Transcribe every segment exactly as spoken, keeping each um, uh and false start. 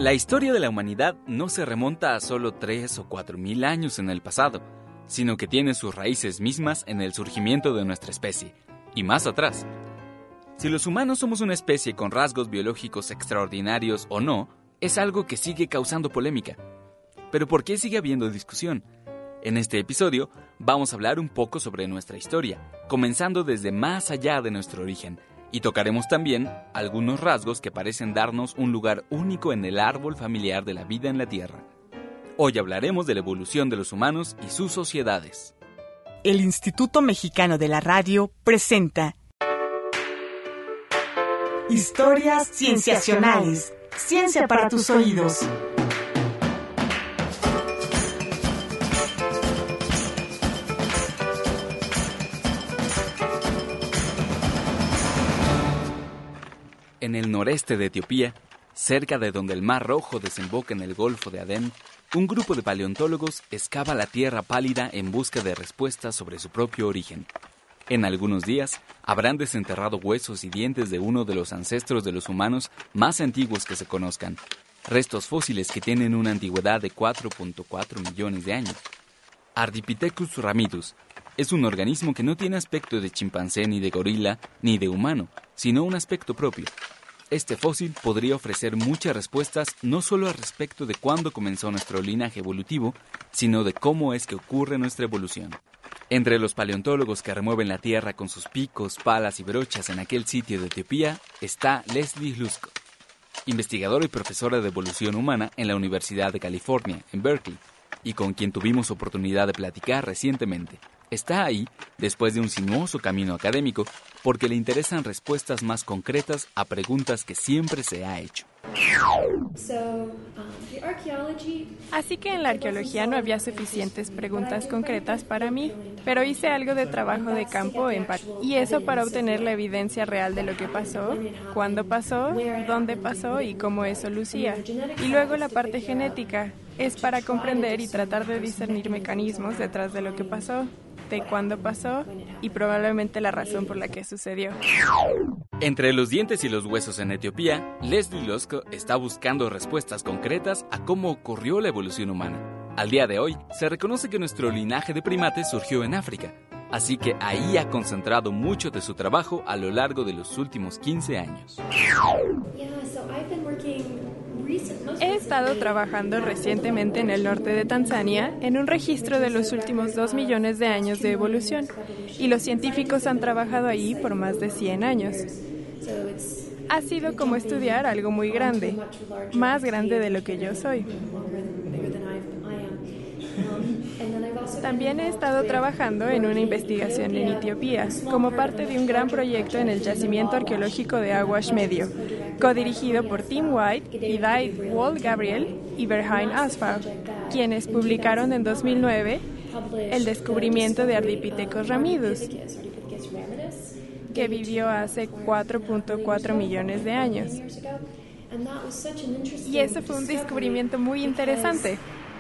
La historia de la humanidad no se remonta a solo tres o cuatro mil años en el pasado, sino que tiene sus raíces mismas en el surgimiento de nuestra especie, y más atrás. Si los humanos somos una especie con rasgos biológicos extraordinarios o no, es algo que sigue causando polémica. ¿Pero por qué sigue habiendo discusión? En este episodio vamos a hablar un poco sobre nuestra historia, comenzando desde más allá de nuestro origen, y tocaremos también algunos rasgos que parecen darnos un lugar único en el árbol familiar de la vida en la Tierra. Hoy hablaremos de la evolución de los humanos y sus sociedades. El Instituto Mexicano de la Radio presenta Historias Cienciacionales. Ciencia para tus oídos. En el noreste de Etiopía, cerca de donde el Mar Rojo desemboca en el Golfo de Adén, un grupo de paleontólogos excava la tierra pálida en busca de respuestas sobre su propio origen. En algunos días, habrán desenterrado huesos y dientes de uno de los ancestros de los humanos más antiguos que se conozcan, restos fósiles que tienen una antigüedad de cuatro punto cuatro millones de años. Ardipithecus ramidus es un organismo que no tiene aspecto de chimpancé ni de gorila ni de humano, sino un aspecto propio. Este fósil podría ofrecer muchas respuestas no solo al respecto de cuándo comenzó nuestro linaje evolutivo, sino de cómo es que ocurre nuestra evolución. Entre los paleontólogos que remueven la tierra con sus picos, palas y brochas en aquel sitio de Etiopía está Leslie Hlusko, investigadora y profesora de evolución humana en la Universidad de California, en Berkeley, y con quien tuvimos oportunidad de platicar recientemente. Está ahí, después de un sinuoso camino académico, porque le interesan respuestas más concretas a preguntas que siempre se ha hecho. Así que en la arqueología no había suficientes preguntas concretas para mí, pero hice algo de trabajo de campo en París. Y eso para obtener la evidencia real de lo que pasó, cuándo pasó, dónde pasó y cómo eso lucía. Y luego la parte genética es para comprender y tratar de discernir mecanismos detrás de lo que pasó, de cuándo pasó y probablemente la razón por la que sucedió. Entre los dientes y los huesos en Etiopía, Leslie Hlusko está buscando respuestas concretas a cómo ocurrió la evolución humana. Al día de hoy, se reconoce que nuestro linaje de primates surgió en África, así que ahí ha concentrado mucho de su trabajo a lo largo de los últimos quince años. He estado trabajando recientemente en el norte de Tanzania en un registro de los últimos dos millones de años de evolución, y los científicos han trabajado ahí por más de cien años. Ha sido como estudiar algo muy grande, más grande de lo que yo soy. También he estado trabajando en una investigación en Etiopía, como parte de un gran proyecto en el yacimiento arqueológico de Awash Medio, codirigido por Tim White, Hidayat Wald-Gabriel y Berhane Asfaw, quienes publicaron en dos mil nueve el descubrimiento de Ardipithecus ramidus, que vivió hace cuatro punto cuatro millones de años. Y ese fue un descubrimiento muy interesante.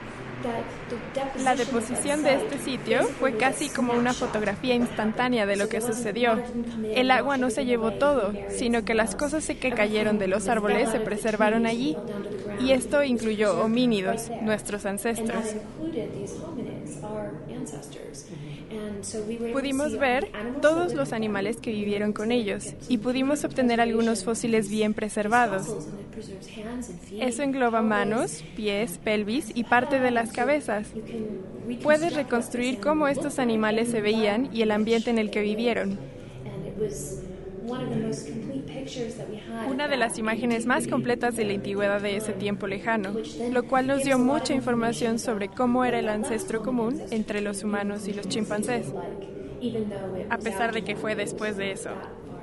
La deposición de este sitio fue casi como una fotografía instantánea de lo que sucedió. El agua no se llevó todo, sino que las cosas que cayeron de los árboles se preservaron allí. Y esto incluyó homínidos, nuestros ancestros. Pudimos ver todos los animales que vivieron con ellos y pudimos obtener algunos fósiles bien preservados. Eso engloba manos, pies, pelvis y parte de las cabezas. Puedes reconstruir cómo estos animales se veían y el ambiente en el que vivieron. Una de las imágenes más completas de la antigüedad de ese tiempo lejano, lo cual nos dio mucha información sobre cómo era el ancestro común entre los humanos y los chimpancés, a pesar de que fue después de eso.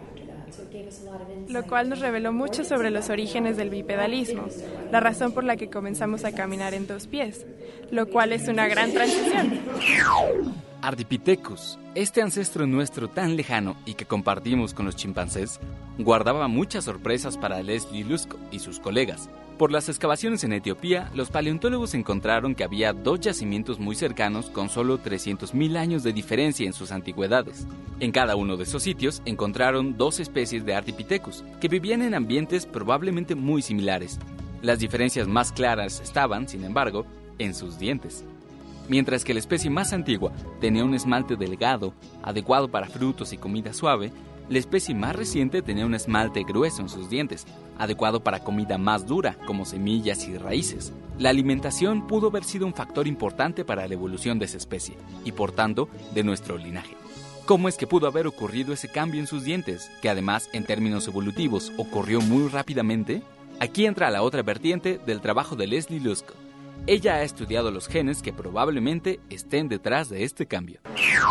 Lo cual nos reveló mucho sobre los orígenes del bipedalismo, la razón por la que comenzamos a caminar en dos pies, lo cual es una gran transición. Ardipithecus, este ancestro nuestro tan lejano y que compartimos con los chimpancés, guardaba muchas sorpresas para Leslie Hlusko y sus colegas. Por las excavaciones en Etiopía, los paleontólogos encontraron que había dos yacimientos muy cercanos con solo trescientos mil años de diferencia en sus antigüedades. En cada uno de esos sitios encontraron dos especies de Ardipithecus, que vivían en ambientes probablemente muy similares. Las diferencias más claras estaban, sin embargo, en sus dientes. Mientras que la especie más antigua tenía un esmalte delgado, adecuado para frutos y comida suave, la especie más reciente tenía un esmalte grueso en sus dientes, adecuado para comida más dura, como semillas y raíces. La alimentación pudo haber sido un factor importante para la evolución de esa especie, y por tanto, de nuestro linaje. ¿Cómo es que pudo haber ocurrido ese cambio en sus dientes, que además, en términos evolutivos, ocurrió muy rápidamente? Aquí entra la otra vertiente del trabajo de Leslie Lusko. Ella ha estudiado los genes que probablemente estén detrás de este cambio.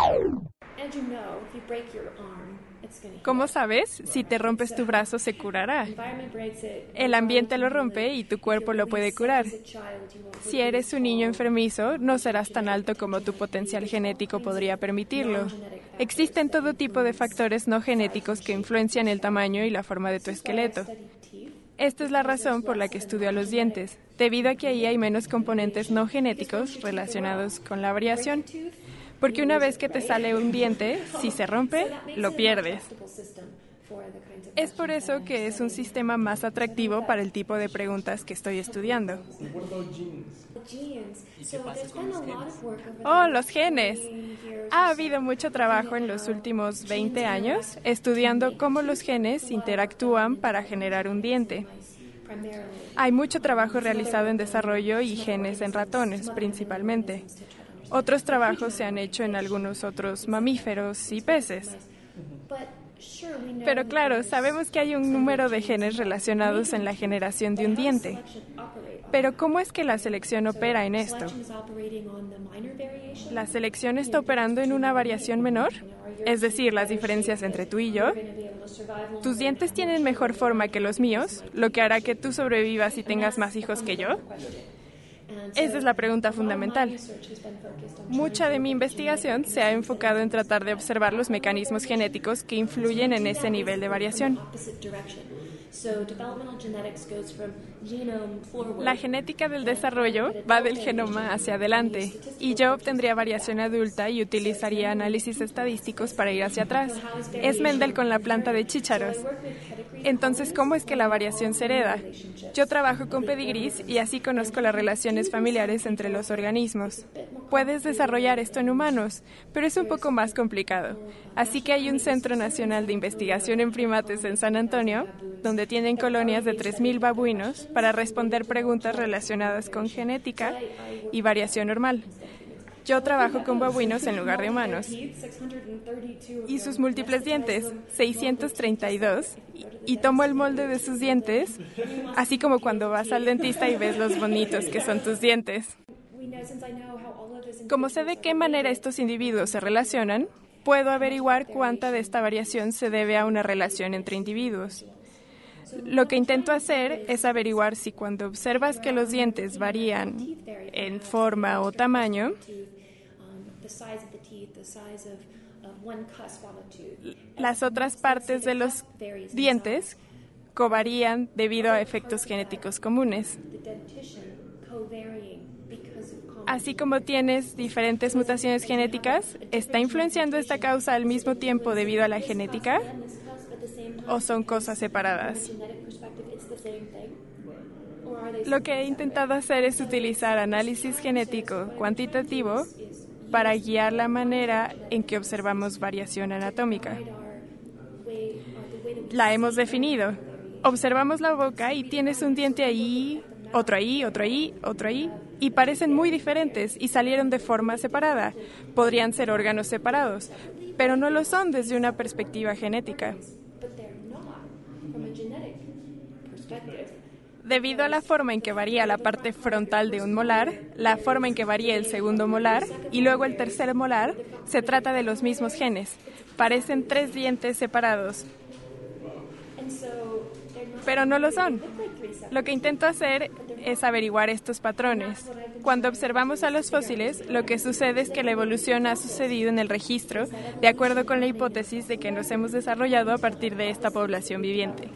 ¿Cómo sabes? Si te rompes tu brazo, se curará. El ambiente lo rompe y tu cuerpo lo puede curar. Si eres un niño enfermizo, no serás tan alto como tu potencial genético podría permitirlo. Existen todo tipo de factores no genéticos que influencian el tamaño y la forma de tu esqueleto. Esta es la razón por la que estudio los dientes, debido a que ahí hay menos componentes no genéticos relacionados con la variación. Porque una vez que te sale un diente, si se rompe, lo pierdes. Es por eso que es un sistema más atractivo para el tipo de preguntas que estoy estudiando. Oh, los genes. Ha habido mucho trabajo en los últimos veinte años estudiando cómo los genes interactúan para generar un diente. Hay mucho trabajo realizado en desarrollo y genes en ratones, principalmente. Otros trabajos se han hecho en algunos otros mamíferos y peces. Pero claro, sabemos que hay un número de genes relacionados en la generación de un diente. Pero ¿cómo es que la selección opera en esto? ¿La selección está operando en una variación menor? Es decir, las diferencias entre tú y yo. ¿Tus dientes tienen mejor forma que los míos, lo que hará que tú sobrevivas y tengas más hijos que yo? Esa es la pregunta fundamental. Mucha de mi investigación se ha enfocado en tratar de observar los mecanismos genéticos que influyen en ese nivel de variación. La genética del desarrollo va del genoma hacia adelante, y yo obtendría variación adulta y utilizaría análisis estadísticos para ir hacia atrás. Es Mendel con la planta de chícharos. Entonces, ¿cómo es que la variación se hereda? Yo trabajo con pedigrís y así conozco las relaciones familiares entre los organismos. Puedes desarrollar esto en humanos, pero es un poco más complicado. Así que hay un Centro Nacional de Investigación en Primates en San Antonio, donde tienen colonias de tres mil babuinos para responder preguntas relacionadas con genética y variación normal. Yo trabajo con babuinos en lugar de humanos. Y sus múltiples dientes, seiscientos treinta y dos, y, y tomo el molde de sus dientes, así como cuando vas al dentista y ves los bonitos que son tus dientes. Como sé de qué manera estos individuos se relacionan, puedo averiguar cuánta de esta variación se debe a una relación entre individuos. Lo que intento hacer es averiguar si cuando observas que los dientes varían en forma o tamaño, las otras partes de los dientes covarían debido a efectos genéticos comunes. Así como tienes diferentes mutaciones genéticas, ¿está influenciando esta causa al mismo tiempo debido a la genética? ¿O son cosas separadas? Lo que he intentado hacer es utilizar análisis genético cuantitativo para guiar la manera en que observamos variación anatómica. La hemos definido. Observamos la boca y tienes un diente ahí, otro ahí, otro ahí, otro ahí, y parecen muy diferentes y salieron de forma separada. Podrían ser órganos separados, pero no lo son desde una perspectiva genética. Debido a la forma en que varía la parte frontal de un molar, la forma en que varía el segundo molar y luego el tercer molar, se trata de los mismos genes. Parecen tres dientes separados, pero no lo son. Lo que intento hacer es averiguar estos patrones. Cuando observamos a los fósiles, lo que sucede es que la evolución ha sucedido en el registro, de acuerdo con la hipótesis de que nos hemos desarrollado a partir de esta población viviente.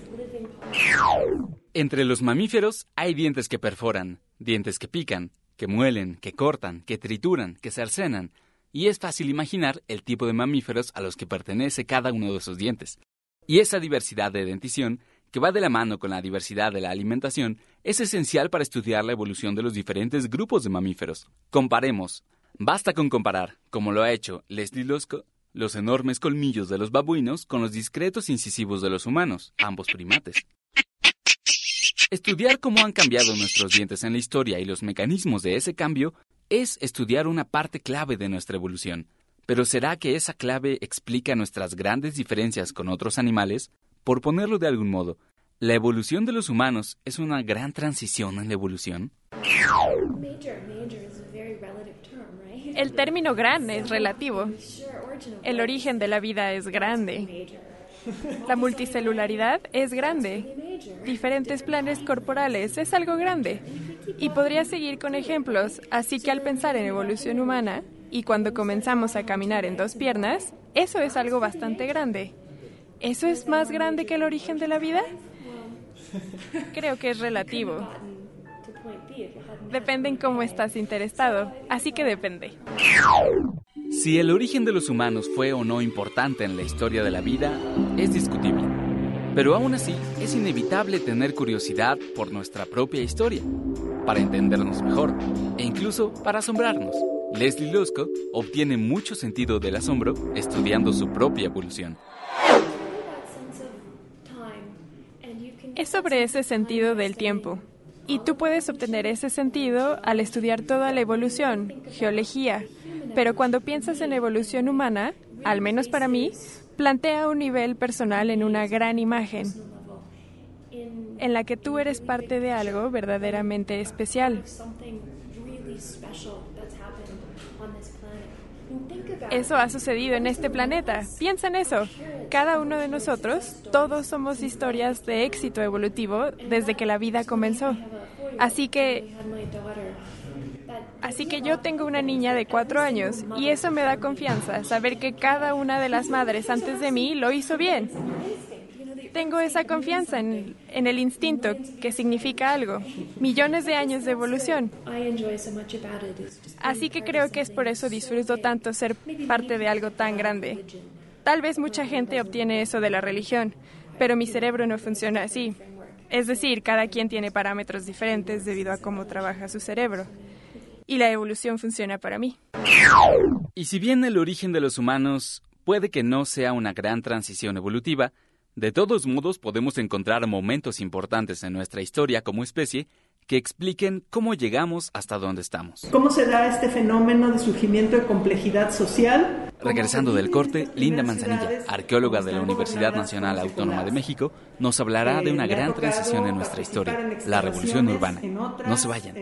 Entre los mamíferos hay dientes que perforan, dientes que pican, que muelen, que cortan, que trituran, que cercenan, y es fácil imaginar el tipo de mamíferos a los que pertenece cada uno de esos dientes. Y esa diversidad de dentición que va de la mano con la diversidad de la alimentación, es esencial para estudiar la evolución de los diferentes grupos de mamíferos. Comparemos. Basta con comparar, como lo ha hecho Leslie Lusko, los enormes colmillos de los babuinos con los discretos incisivos de los humanos, ambos primates. Estudiar cómo han cambiado nuestros dientes en la historia y los mecanismos de ese cambio es estudiar una parte clave de nuestra evolución. Pero ¿será que esa clave explica nuestras grandes diferencias con otros animales? Por ponerlo de algún modo, ¿la evolución de los humanos es una gran transición en la evolución? El término gran es relativo. El origen de la vida es grande. La multicelularidad es grande. Diferentes planes corporales es algo grande. Y podría seguir con ejemplos, así que al pensar en evolución humana, y cuando comenzamos a caminar en dos piernas, eso es algo bastante grande. ¿Eso es más grande que el origen de la vida? Creo que es relativo. Depende en cómo estás interesado, así que depende. Si el origen de los humanos fue o no importante en la historia de la vida, es discutible. Pero aún así, es inevitable tener curiosidad por nuestra propia historia, para entendernos mejor, e incluso para asombrarnos. Leslie Lusko obtiene mucho sentido del asombro estudiando su propia evolución. Es sobre ese sentido del tiempo. Y tú puedes obtener ese sentido al estudiar toda la evolución, geología. Pero cuando piensas en evolución humana, al menos para mí, plantea un nivel personal en una gran imagen, en la que tú eres parte de algo verdaderamente especial. Eso ha sucedido en este planeta. Piensa en eso. Cada uno de nosotros, todos somos historias de éxito evolutivo desde que la vida comenzó. Así que, así que yo tengo una niña de cuatro años y eso me da confianza, saber que cada una de las madres antes de mí lo hizo bien. Tengo esa confianza en, en el instinto, que significa algo. Millones de años de evolución. Así que creo que es por eso disfruto tanto ser parte de algo tan grande. Tal vez mucha gente obtiene eso de la religión, pero mi cerebro no funciona así. Es decir, cada quien tiene parámetros diferentes debido a cómo trabaja su cerebro. Y la evolución funciona para mí. Y si bien el origen de los humanos puede que no sea una gran transición evolutiva, de todos modos podemos encontrar momentos importantes en nuestra historia como especie que expliquen cómo llegamos hasta donde estamos. ¿Cómo se da este fenómeno de surgimiento de complejidad social? Regresando del corte, Linda Manzanilla, arqueóloga de la Universidad Nacional Autónoma de México, nos hablará de una gran transición en nuestra historia, la revolución urbana. No se vayan.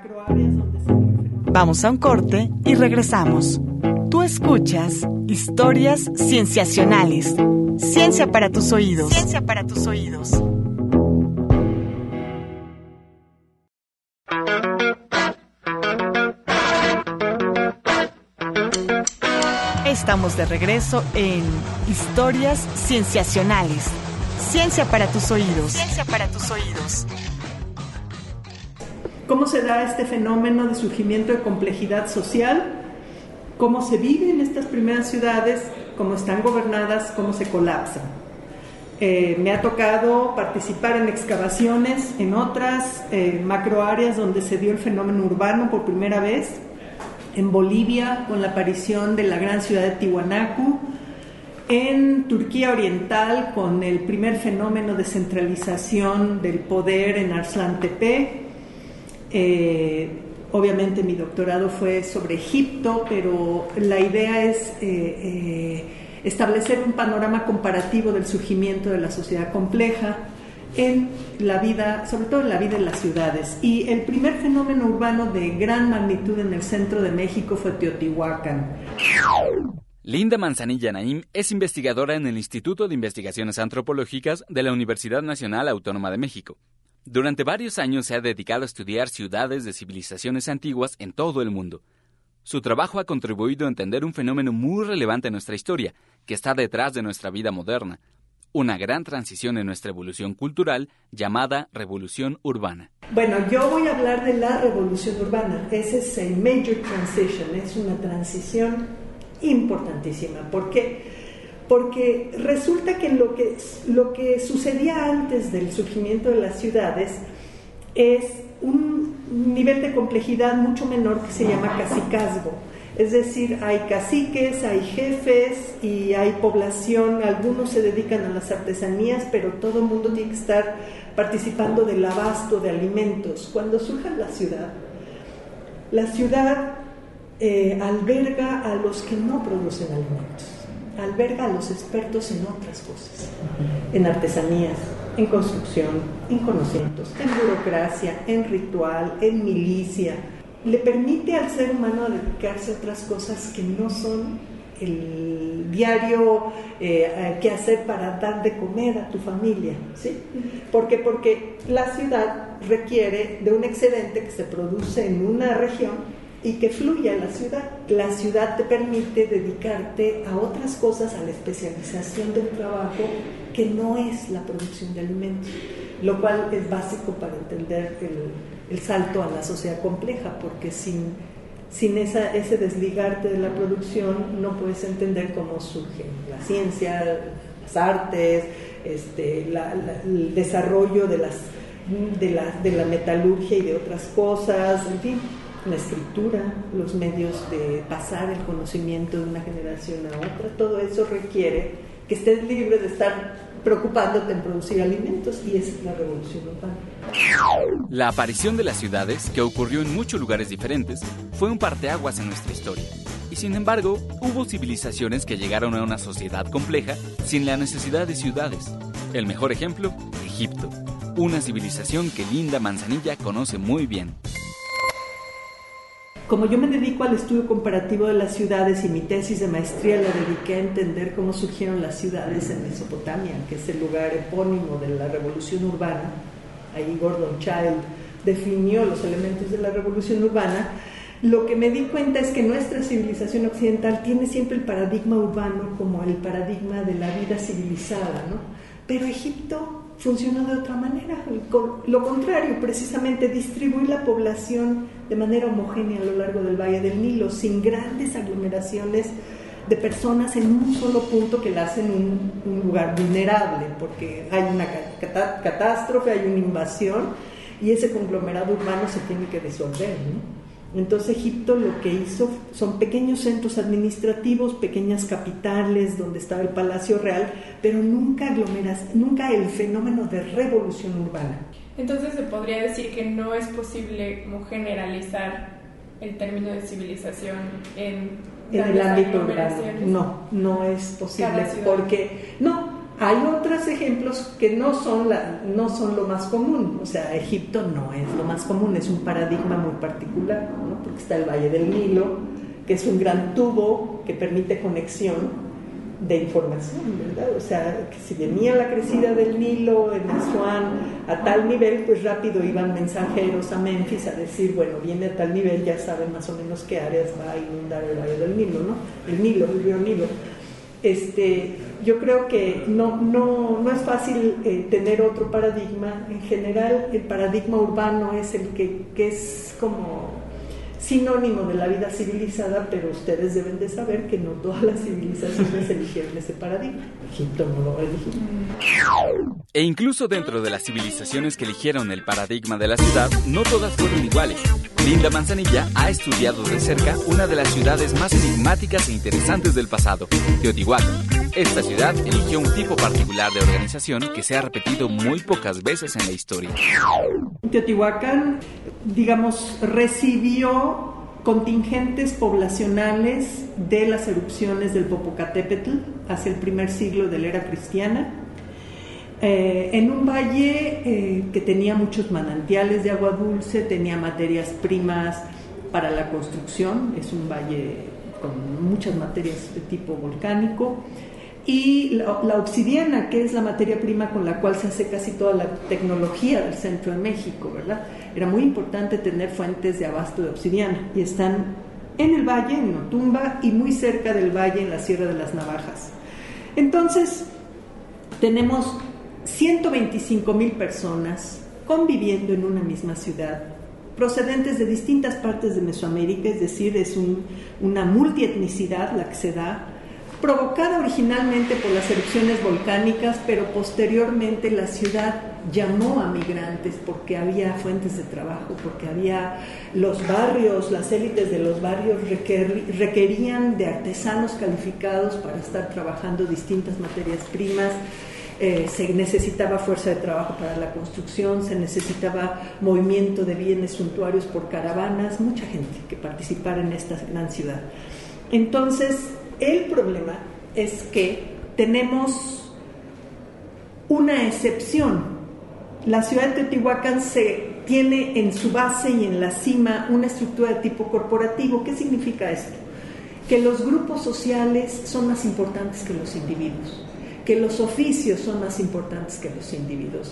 Vamos a un corte y regresamos. Tú escuchas Historias Cienciacionales. Ciencia para tus oídos. Ciencia para tus oídos. Estamos de regreso en Historias Cienciacionales. Ciencia para tus oídos. Ciencia para tus oídos. ¿Cómo se da este fenómeno de surgimiento de complejidad social? ¿Cómo se vive en estas primeras ciudades? ¿Cómo están gobernadas? ¿Cómo se colapsan? Eh, me ha tocado participar en excavaciones en otras eh, macroáreas donde se dio el fenómeno urbano por primera vez. En Bolivia, con la aparición de la gran ciudad de Tiwanaku. En Turquía Oriental, con el primer fenómeno de centralización del poder en Arslan Tepe. Eh, obviamente mi doctorado fue sobre Egipto, pero la idea es eh, eh, establecer un panorama comparativo del surgimiento de la sociedad compleja en la vida, sobre todo en la vida en las ciudades. Y el primer fenómeno urbano de gran magnitud en el centro de México fue Teotihuacán. Linda Manzanilla Naim es investigadora en el Instituto de Investigaciones Antropológicas de la Universidad Nacional Autónoma de México. Durante varios años se ha dedicado a estudiar ciudades de civilizaciones antiguas en todo el mundo. Su trabajo ha contribuido a entender un fenómeno muy relevante en nuestra historia, que está detrás de nuestra vida moderna, una gran transición en nuestra evolución cultural llamada revolución urbana. Bueno, yo voy a hablar de la revolución urbana. Ese es el major transition, es una transición importantísima. ¿Por qué? porque resulta que lo que, lo que sucedía antes del surgimiento de las ciudades es un nivel de complejidad mucho menor que se llama cacicazgo. Es decir, hay caciques, hay jefes y hay población, algunos se dedican a las artesanías, pero todo el mundo tiene que estar participando del abasto de alimentos. Cuando surge la ciudad, la ciudad eh, alberga a los que no producen alimentos, alberga a los expertos en otras cosas, en artesanías, en construcción, en conocimientos, en burocracia, en ritual, en milicia. Le permite al ser humano dedicarse a otras cosas que no son el diario eh, qué hacer para dar de comer a tu familia, ¿sí? ¿Por qué? Porque la ciudad requiere de un excedente que se produce en una región y que fluye a la ciudad. La ciudad te permite dedicarte a otras cosas, a la especialización del trabajo, que no es la producción de alimentos, lo cual es básico para entender el, el salto a la sociedad compleja, porque sin, sin esa, ese desligarte de la producción no puedes entender cómo surge la ciencia, las artes, este, la, la, el desarrollo de, las, de, la, de la metalurgia y de otras cosas, en fin, la escritura, los medios de pasar el conocimiento de una generación a otra. Todo eso requiere que estés libre de estar preocupándote en producir alimentos, y esa es la revolución urbana. La aparición de las ciudades, que ocurrió en muchos lugares diferentes, fue un parteaguas en nuestra historia. Y sin embargo, hubo civilizaciones que llegaron a una sociedad compleja sin la necesidad de ciudades. El mejor ejemplo, Egipto, una civilización que Linda Manzanilla conoce muy bien. Como yo me dedico al estudio comparativo de las ciudades y mi tesis de maestría la dediqué a entender cómo surgieron las ciudades en Mesopotamia, que es el lugar epónimo de la revolución urbana, ahí Gordon Childe definió los elementos de la revolución urbana, lo que me di cuenta es que nuestra civilización occidental tiene siempre el paradigma urbano como el paradigma de la vida civilizada, ¿no? Pero Egipto funcionó de otra manera, lo contrario, precisamente distribuir la población de manera homogénea a lo largo del Valle del Nilo, sin grandes aglomeraciones de personas en un solo punto que la hacen un, un lugar vulnerable, porque hay una catástrofe, hay una invasión, y ese conglomerado urbano se tiene que disolver, ¿no? Entonces Egipto lo que hizo son pequeños centros administrativos, pequeñas capitales donde estaba el Palacio Real, pero nunca aglomeras, nunca el fenómeno de revolución urbana. Entonces se podría decir que no es posible como generalizar el término de civilización en, en el ámbito urbano. No, no es posible, porque no. Hay otros ejemplos que no son, la, no son lo más común, o sea, Egipto no es lo más común, es un paradigma muy particular, ¿no? Porque está el Valle del Nilo, que es un gran tubo que permite conexión de información, ¿verdad? O sea, que si venía la crecida del Nilo en Asuán a tal nivel, pues rápido iban mensajeros a Memphis a decir, bueno, viene a tal nivel, ya saben más o menos qué áreas va a inundar el Valle del Nilo, ¿no? El Nilo, el río Nilo. Este, yo creo que no, no, no es fácil eh, tener otro paradigma. En general, el paradigma urbano es el que, que es como sinónimo de la vida civilizada, pero ustedes deben de saber que no todas las civilizaciones eligieron ese paradigma. Egipto no lo eligió. E incluso dentro de las civilizaciones que eligieron el paradigma de la ciudad, no todas fueron iguales. Linda Manzanilla ha estudiado de cerca una de las ciudades más enigmáticas e interesantes del pasado, Teotihuacán. Esta ciudad eligió un tipo particular de organización que se ha repetido muy pocas veces en la historia. Teotihuacán, digamos, recibió contingentes poblacionales de las erupciones del Popocatépetl hacia el primer siglo de la era cristiana. Eh, en un valle eh, que tenía muchos manantiales de agua dulce, tenía materias primas para la construcción, es un valle con muchas materias de tipo volcánico, y la, la obsidiana, que es la materia prima con la cual se hace casi toda la tecnología del centro de México, ¿verdad? Era muy importante tener fuentes de abasto de obsidiana, y están en el valle, en Otumba, y muy cerca del valle, en la Sierra de las Navajas. Entonces, tenemos ciento veinticinco mil personas conviviendo en una misma ciudad, procedentes de distintas partes de Mesoamérica, es decir, es un, una multietnicidad la que se da, provocada originalmente por las erupciones volcánicas, pero posteriormente la ciudad llamó a migrantes porque había fuentes de trabajo, porque había los barrios, las élites de los barrios requerían de artesanos calificados para estar trabajando distintas materias primas. Eh, se necesitaba fuerza de trabajo para la construcción, se necesitaba movimiento de bienes suntuarios por caravanas, mucha gente que participara en esta gran ciudad. Entonces, el problema es que tenemos una excepción. La ciudad de Teotihuacán se tiene en su base y en la cima una estructura de tipo corporativo. ¿Qué significa esto? Que los grupos sociales son más importantes que los individuos, que los oficios son más importantes que los individuos.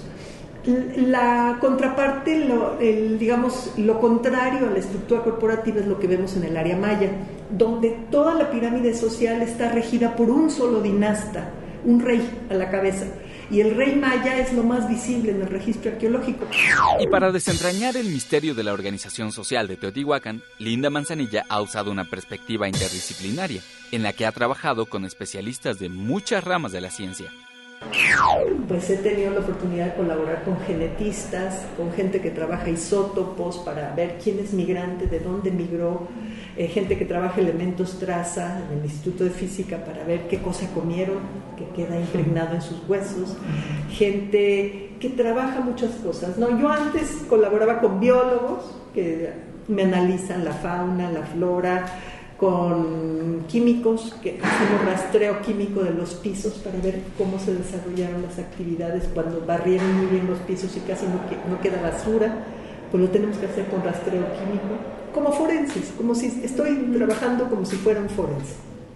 La contraparte, lo, el, digamos, lo contrario a la estructura corporativa es lo que vemos en el área maya, donde toda la pirámide social está regida por un solo dinasta, un rey a la cabeza. Y el rey maya es lo más visible en el registro arqueológico. Y para desentrañar el misterio de la organización social de Teotihuacán, Linda Manzanilla ha usado una perspectiva interdisciplinaria, en la que ha trabajado con especialistas de muchas ramas de la ciencia. Pues he tenido la oportunidad de colaborar con genetistas, con gente que trabaja isótopos para ver quién es migrante, de dónde migró, eh, gente que trabaja elementos traza en el Instituto de Física para ver qué cosa comieron, que queda impregnado en sus huesos, gente que trabaja muchas cosas, ¿no? Yo antes colaboraba con biólogos que me analizan la fauna, la flora, con químicos que hacemos rastreo químico de los pisos para ver cómo se desarrollaron las actividades cuando barrieron muy bien los pisos y casi no, no queda basura, pues lo tenemos que hacer con rastreo químico, como forenses, como si estoy trabajando como si fuera un forense.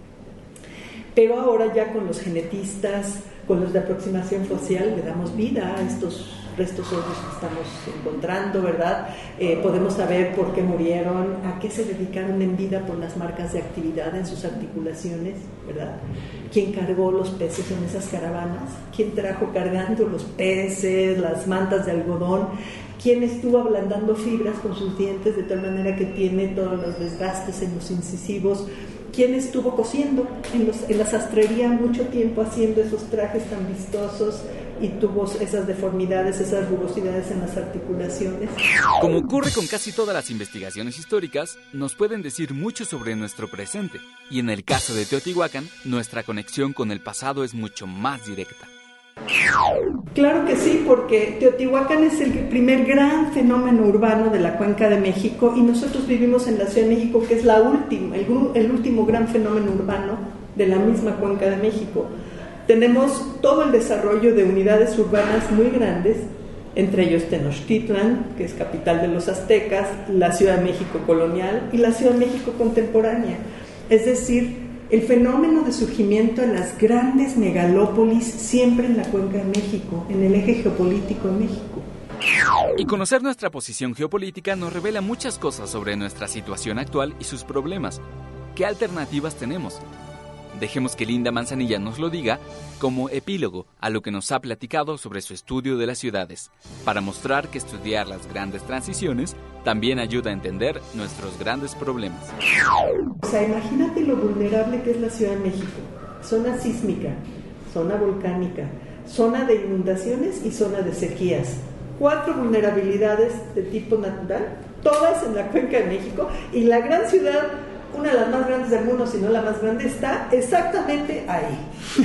Pero ahora ya con los genetistas, con los de aproximación facial, le damos vida a estos restos óseos que estamos encontrando, ¿verdad? Eh, podemos saber por qué murieron, a qué se dedicaron en vida por las marcas de actividad en sus articulaciones, ¿verdad? ¿Quién cargó los peces en esas caravanas? ¿Quién trajo cargando los peces, las mantas de algodón? ¿Quién estuvo ablandando fibras con sus dientes de tal manera que tiene todos los desgastes en los incisivos? ¿Quién estuvo cosiendo en, los, en la sastrería mucho tiempo haciendo esos trajes tan vistosos y tuvo esas deformidades, esas rugosidades en las articulaciones? Como ocurre con casi todas las investigaciones históricas, nos pueden decir mucho sobre nuestro presente. Y en el caso de Teotihuacán, nuestra conexión con el pasado es mucho más directa. Claro que sí, porque Teotihuacán es el primer gran fenómeno urbano de la Cuenca de México y nosotros vivimos en la Ciudad de México, que es la última, el, el último gran fenómeno urbano de la misma Cuenca de México. Tenemos todo el desarrollo de unidades urbanas muy grandes, entre ellos Tenochtitlan, que es capital de los aztecas, la Ciudad de México colonial y la Ciudad de México contemporánea. Es decir, el fenómeno de surgimiento de las grandes megalópolis siempre en la Cuenca de México, en el eje geopolítico de México. Y conocer nuestra posición geopolítica nos revela muchas cosas sobre nuestra situación actual y sus problemas. ¿Qué alternativas tenemos? Dejemos que Linda Manzanilla nos lo diga como epílogo a lo que nos ha platicado sobre su estudio de las ciudades, para mostrar que estudiar las grandes transiciones también ayuda a entender nuestros grandes problemas. O sea, imagínate lo vulnerable que es la Ciudad de México. Zona sísmica, zona volcánica, zona de inundaciones y zona de sequías. Cuatro vulnerabilidades de tipo natural, todas en la Cuenca de México, y la gran ciudad, una de las más grandes del mundo, si no la más grande, está exactamente ahí.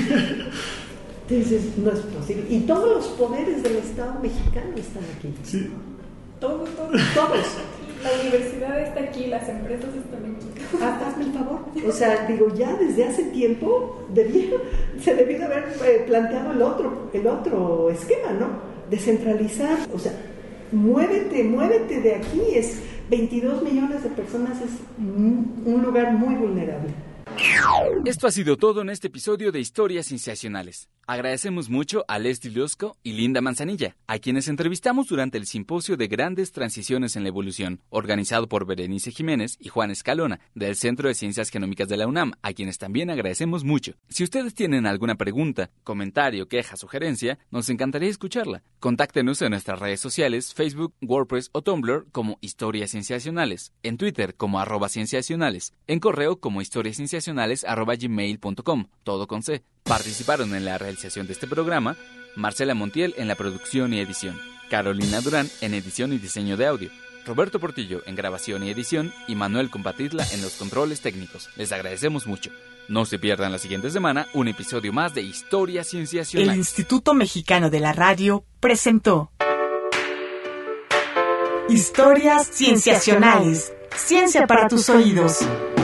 Entonces, no es posible. Y todos los poderes del Estado mexicano están aquí. Sí. Todos, todos. Todos. La universidad está aquí, las empresas están aquí. Ah, hazme el favor. O sea, digo, ya desde hace tiempo debía, se debió de haber eh, planteado el otro, el otro esquema, ¿no? Descentralizar. O sea, muévete, muévete de aquí. Es veintidós millones de personas, es un lugar muy vulnerable. Esto ha sido todo en este episodio de Historias Cienciacionales. Agradecemos mucho a Leslie Losco y Linda Manzanilla, a quienes entrevistamos durante el Simposio de Grandes Transiciones en la Evolución, organizado por Berenice Jiménez y Juan Escalona, del Centro de Ciencias Genómicas de la UNAM, a quienes también agradecemos mucho. Si ustedes tienen alguna pregunta, comentario, queja, sugerencia, nos encantaría escucharla. Contáctenos en nuestras redes sociales, Facebook, WordPress o Tumblr como Historias Cienciacionales, en Twitter como arroba cienciacionales, en correo como historiascienciacionales arroba gmail punto com, todo con C. Participaron en la realización de este programa Marcela Montiel en la producción y edición, Carolina Durán en edición y diseño de audio, Roberto Portillo en grabación y edición y Manuel Compatitla en los controles técnicos. Les agradecemos mucho. No se pierdan la siguiente semana un episodio más de Historia Cienciacional. El Instituto Mexicano de la Radio presentó Historias Cienciacionales. Ciencia para tus oídos.